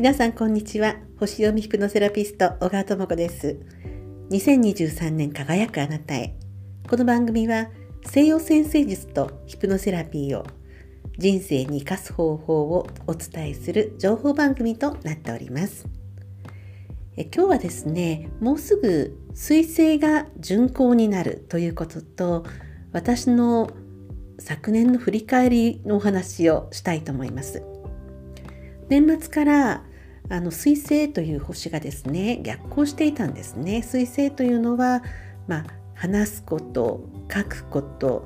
皆さんこんにちは。星読みヒプノセラピスト小川智子です。2023年輝くあなたへ。この番組は西洋占星術とヒプノセラピーを人生に生かす方法をお伝えする情報番組となっております。今日はですね、もうすぐ水星が巡行になるということと、私の昨年の振り返りのお話をしたいと思います。年末から水星という星がですね、逆行していたんですね。水星というのは、話すこと、書くこと、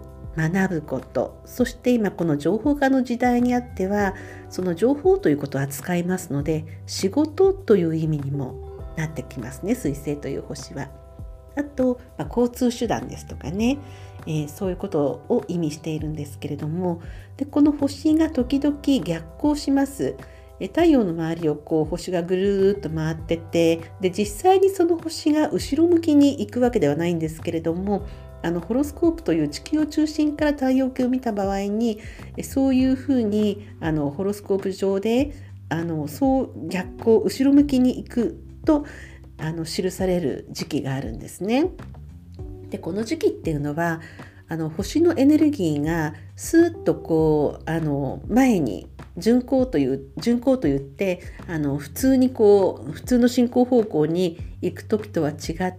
学ぶこと、そして今この情報化の時代にあっては、その情報ということを扱いますので、仕事という意味にもなってきますね、水星という星は。あと、交通手段ですとかね、そういうことを意味しているんですけれども、でこの星が時々逆行します。太陽の周りを星がぐるーっと回ってて、で実際にその星が後ろ向きに行くわけではないんですけれども、ホロスコープという地球を中心から太陽系を見た場合に、そういうふうにホロスコープ上でそう逆行後ろ向きに行くと記される時期があるんですね。でこの時期っていうのは星のエネルギーがスーッと前に巡行といって普通の進行方向に行く時とは違って、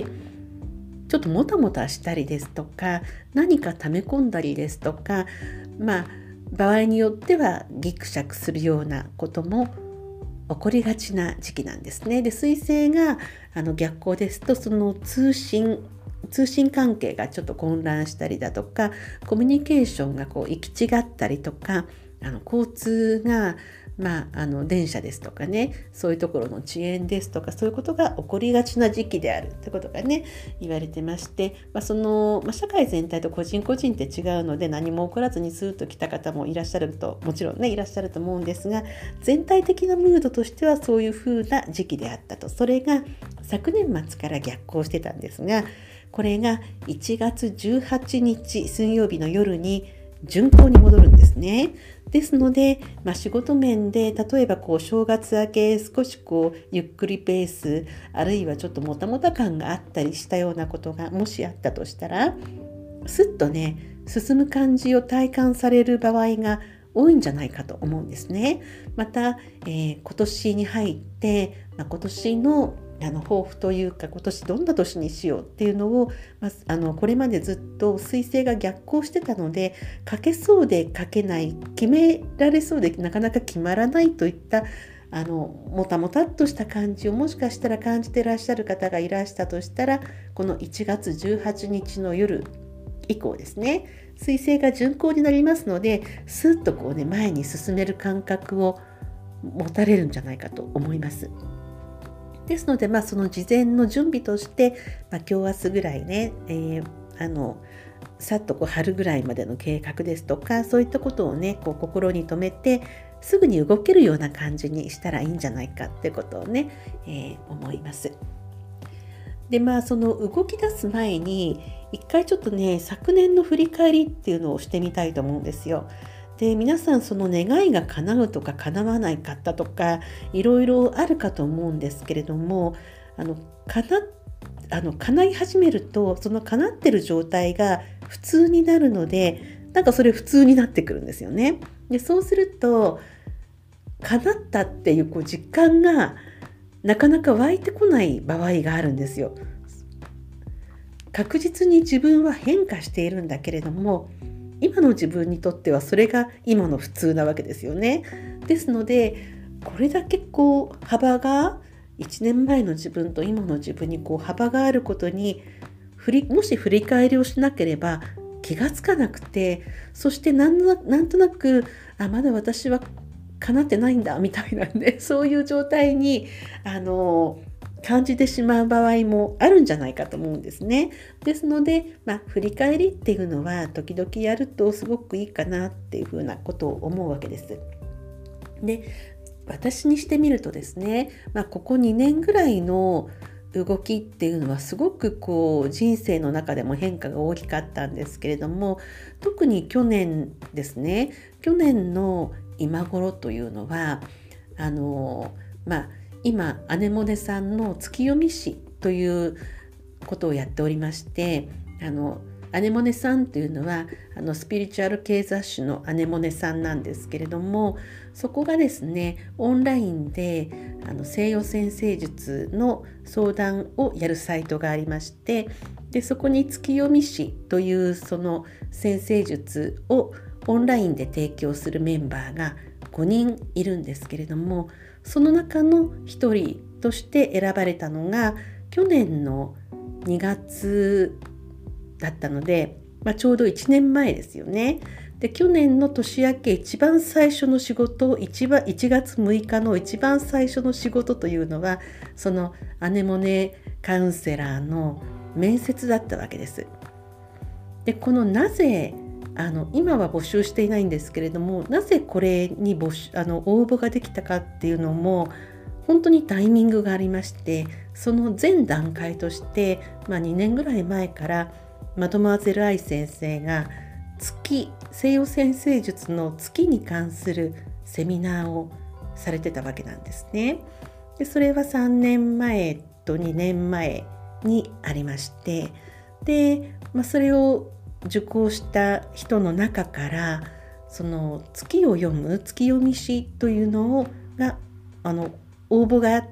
ちょっともたもたしたりですとか、何か溜め込んだりですとか、場合によってはギクシャクするようなことも起こりがちな時期なんですね。で水星が逆行ですと、その通信関係がちょっと混乱したりだとか、コミュニケーションが行き違ったりとか、交通が電車ですとかね、そういうところの遅延ですとか、そういうことが起こりがちな時期であるってことがね言われてまして、社会全体と個人個人って違うので、何も起こらずにスーッと来た方もいらっしゃると、もちろんねいらっしゃると思うんですが、全体的なムードとしてはそういう風な時期であったと。それが昨年末から逆行してたんですが、これが1月18日水曜日の夜に巡行に戻るんですね。ですので、仕事面で例えば正月明け少しゆっくりペース、あるいはちょっともたもた感があったりしたようなことがもしあったとしたら、スッとね進む感じを体感される場合が多いんじゃないかと思うんですね。また、今年に入って、今年の抱負というか、今年どんな年にしようっていうのを、これまでずっと水星が逆行してたので、書けそうで書けない、決められそうでなかなか決まらないといったもたもたっとした感じをもしかしたら感じてらっしゃる方がいらしたとしたら、この1月18日の夜以降ですね、水星が巡行になりますので、スッと前に進める感覚を持たれるんじゃないかと思います。ですので、その事前の準備として、今日明日ぐらいね、さっと春ぐらいまでの計画ですとか、そういったことをね心に留めて、すぐに動けるような感じにしたらいいんじゃないかってことをね、思います。でその動き出す前に一回ちょっとね、昨年の振り返りっていうのをしてみたいと思うんですよ。で皆さん、その願いが叶うとか叶わないかったとか、いろいろあるかと思うんですけれども、叶い始めると、その叶ってる状態が普通になるので、それ普通になってくるんですよね。でそうすると、叶ったっていう実感がなかなか湧いてこない場合があるんですよ。確実に自分は変化しているんだけれども、今の自分にとってはそれが今の普通なわけですよね。ですので、これだけ幅が1年前の自分と今の自分に幅があることにもし振り返りをしなければ気がつかなくて、そしてなんとなくまだ私は叶ってないんだみたいなね、そういう状態に感じてしまう場合もあるんじゃないかと思うんですね。ですので、振り返りっていうのは時々やるとすごくいいかなっていうふうなことを思うわけです。で、私にしてみるとですね、ここ2年ぐらいの動きっていうのはすごく人生の中でも変化が大きかったんですけれども、特に去年ですね、去年の今頃というのは今アネモネさんの月読み誌ということをやっておりまして、アネモネさんというのはスピリチュアル系雑誌のアネモネさんなんですけれども、そこがですねオンラインで西洋占星術の相談をやるサイトがありまして、でそこに月読み誌というその占星術をオンラインで提供するメンバーが5人いるんですけれども、その中の1人として選ばれたのが去年の2月だったので、ちょうど1年前ですよね。で去年の年明け一番最初の仕事、1月6日の一番最初の仕事というのはそのアネモネカウンセラーの面接だったわけです。でこのなぜ今は募集していないんですけれども、なぜこれに応募ができたかっていうのも本当にタイミングがありまして、その前段階として、2年ぐらい前からマドモアゼル愛先生が西洋占星術の月に関するセミナーをされてたわけなんですね。でそれは3年前と2年前にありまして、で、それを受講した人の中からその月を読む月読み誌というのが応募があって、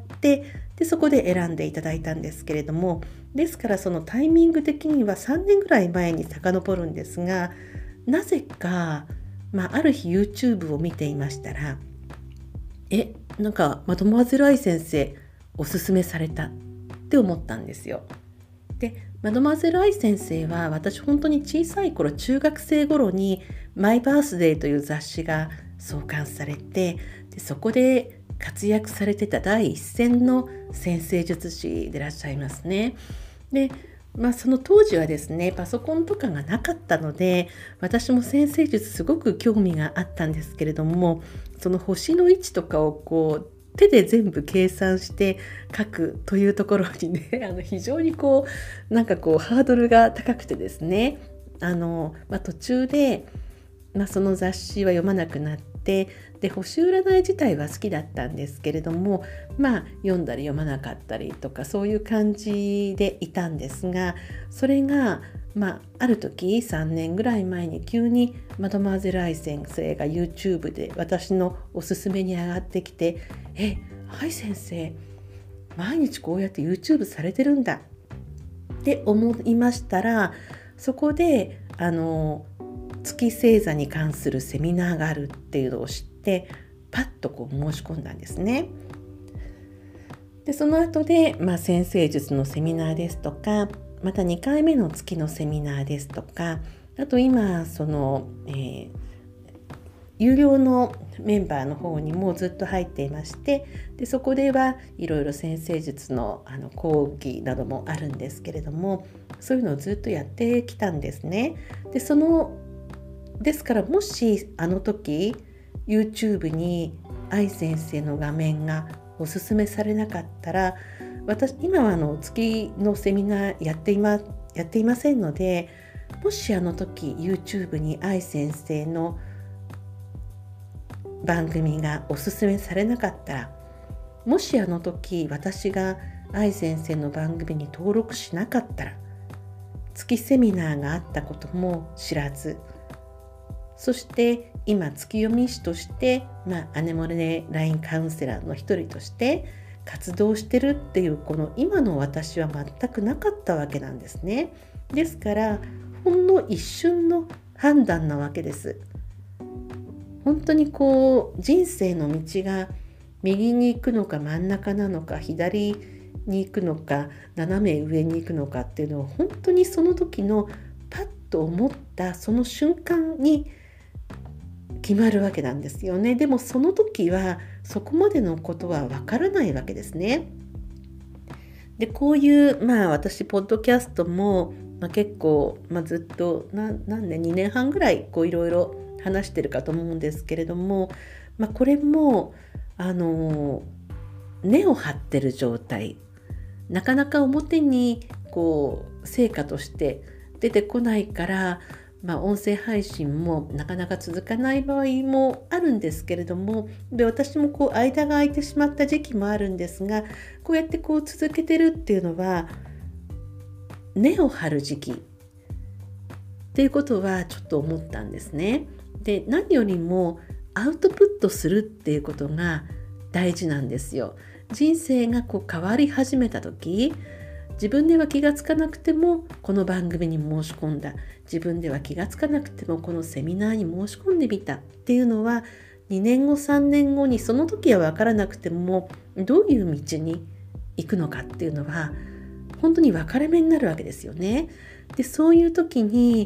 でそこで選んでいただいたんですけれども、ですからそのタイミング的には3年ぐらい前に遡るんですが、なぜか、ある日 YouTube を見ていましたら、なんかマドモアゼル愛先生おすすめされたって思ったんですよ。でマドモアゼル愛先生は私本当に小さい頃、中学生頃にマイバースデーという雑誌が創刊されて、でそこで活躍されてた第一線の占星術師でいらっしゃいますね。でその当時はですねパソコンとかがなかったので、私も占星術すごく興味があったんですけれども、その星の位置とかを手で全部計算して書くというところにね非常にハードルが高くてですね、途中で、その雑誌は読まなくなって、で星占い自体は好きだったんですけれども、読んだり読まなかったりとかそういう感じでいたんですが、それがある時3年ぐらい前に急にマドモアゼル愛先生が YouTube で私のおすすめに上がってきて、愛先生毎日こうやって YouTube されてるんだって思いましたら、そこで月星座に関するセミナーがあるっていうのを知って、パッと申し込んだんですね。でその後で、占星術のセミナーですとか、また2回目の月のセミナーですとか、あと今有料のメンバーの方にもずっと入っていまして、でそこではいろいろ占星術の講義などもあるんですけれども、そういうのをずっとやってきたんですね。ですからもしあの時 YouTube に愛先生の画面がおすすめされなかったら、今は月のセミナーやっていませんので、もしあの時 YouTube に愛先生の番組がおすすめされなかったら、もしあの時私が愛先生の番組に登録しなかったら、月セミナーがあったことも知らず、そして今月読み師として、アネモネラインカウンセラーの一人として活動してるっていう、この今の私は全くなかったわけなんですね。ですからほんの一瞬の判断なわけです。本当に人生の道が右に行くのか真ん中なのか左に行くのか斜め上に行くのかっていうのを本当にその時のパッと思ったその瞬間に決まるわけなんですよね。でもその時はそこまでのことはわからないわけですね。でこういう私ポッドキャストも、結構、ずっと何年2年半ぐらいいろいろ話してるかと思うんですけれども、これも根を張ってる状態、なかなか表に成果として出てこないから、 音声配信もなかなか続かない場合もあるんですけれども、で私も間が空いてしまった時期もあるんですが、こうやって続けてるっていうのは根を張る時期っていうことはちょっと思ったんですね。で、何よりもアウトプットするっていうことが大事なんですよ。人生が変わり始めた時、自分では気がつかなくてもこの番組に申し込んだ、自分では気がつかなくてもこのセミナーに申し込んでみたっていうのは、2年後3年後にその時は分からなくてもどういう道に行くのかっていうのは本当に分かれ目になるわけですよね。で、そういう時に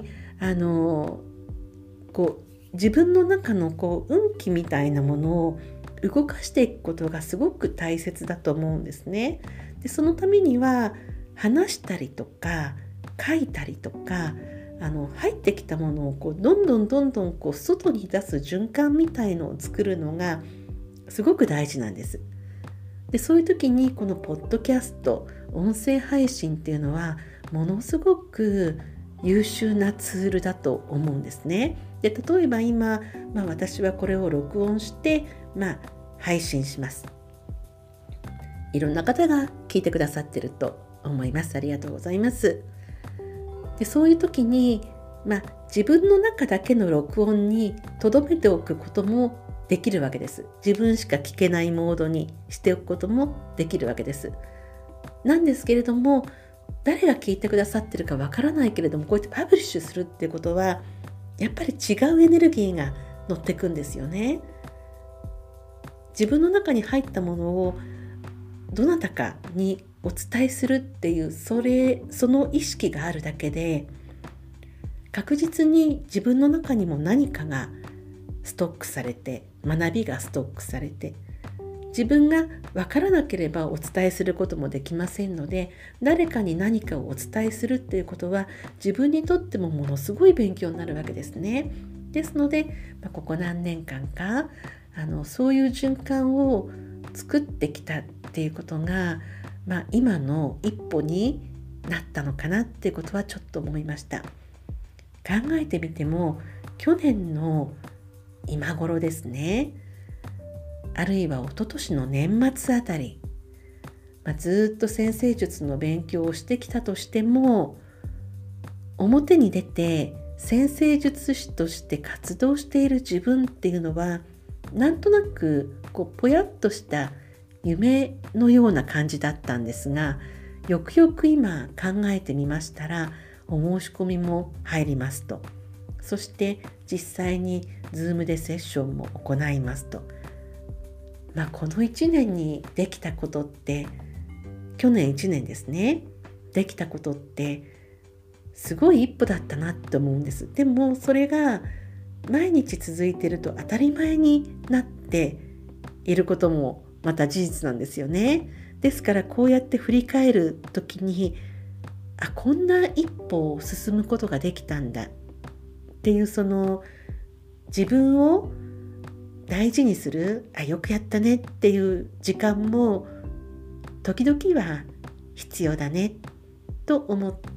自分の中の運気みたいなものを動かしていくことがすごく大切だと思うんですね。で、そのためには話したりとか書いたりとか入ってきたものをどんどん外に出す循環みたいのを作るのがすごく大事なんです。で、そういう時にこのポッドキャスト、音声配信っていうのはものすごく優秀なツールだと思うんですね。で、例えば今、私はこれを録音して配信します。いろんな方が聞いてくださってると思います。ありがとうございます。で、そういう時に、自分の中だけの録音に留めておくこともできるわけです。自分しか聞けないモードにしておくこともできるわけです。なんですけれども、誰が聞いてくださってるかわからないけれども、こうやってパブリッシュするっていうことはやっぱり違うエネルギーが乗ってくんですよね。自分の中に入ったものをどなたかにお伝えするっていうその意識があるだけで、確実に自分の中にも何かがストックされて、学びがストックされて、自分が分からなければお伝えすることもできませんので、誰かに何かをお伝えするっていうことは自分にとってもものすごい勉強になるわけですね。ですので、ここ何年間かそういう循環を作ってきたっていうことが、今の一歩になったのかなっていうことはちょっと思いました。考えてみても去年の今頃ですね、あるいは一昨年の年末あたり、ずっと占星術の勉強をしてきたとしても、表に出て占星術師として活動している自分っていうのはなんとなくぽやっとした夢のような感じだったんですが、よくよく今考えてみましたら、お申し込みも入りますと、そして実際に Zoom でセッションも行いますと、この1年にできたことって、去年1年ですね、できたことってすごい一歩だったなって思うんです。でもそれが毎日続いていると当たり前になっていることもまた事実なんですよね。ですからこうやって振り返るときに、こんな一歩を進むことができたんだっていう、その自分を大事にする、よくやったねっていう時間も時々は必要だねと思って、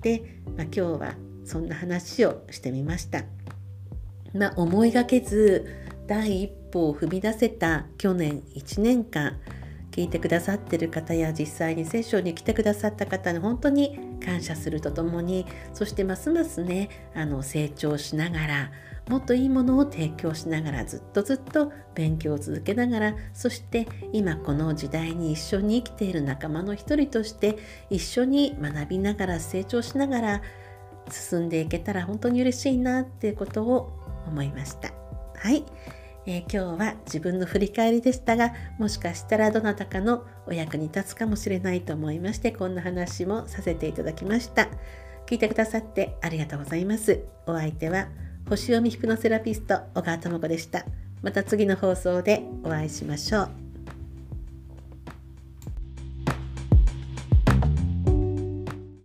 今日はそんな話をしてみました。思いがけず第一歩を踏み出せた去年1年間、聞いてくださっている方や実際にセッションに来てくださった方に本当に感謝するとともに、そしてますますね成長しながら、もっといいものを提供しながら、ずっと勉強を続けながら、そして今この時代に一緒に生きている仲間の一人として一緒に学びながら成長しながら進んでいけたら本当に嬉しいなっていうことを思いました。はい、今日は自分の振り返りでしたが、もしかしたらどなたかのお役に立つかもしれないと思いまして、こんな話もさせていただきました。聞いてくださってありがとうございます。お相手は星読みヒプノセラピスト小川智子でした。また次の放送でお会いしましょう。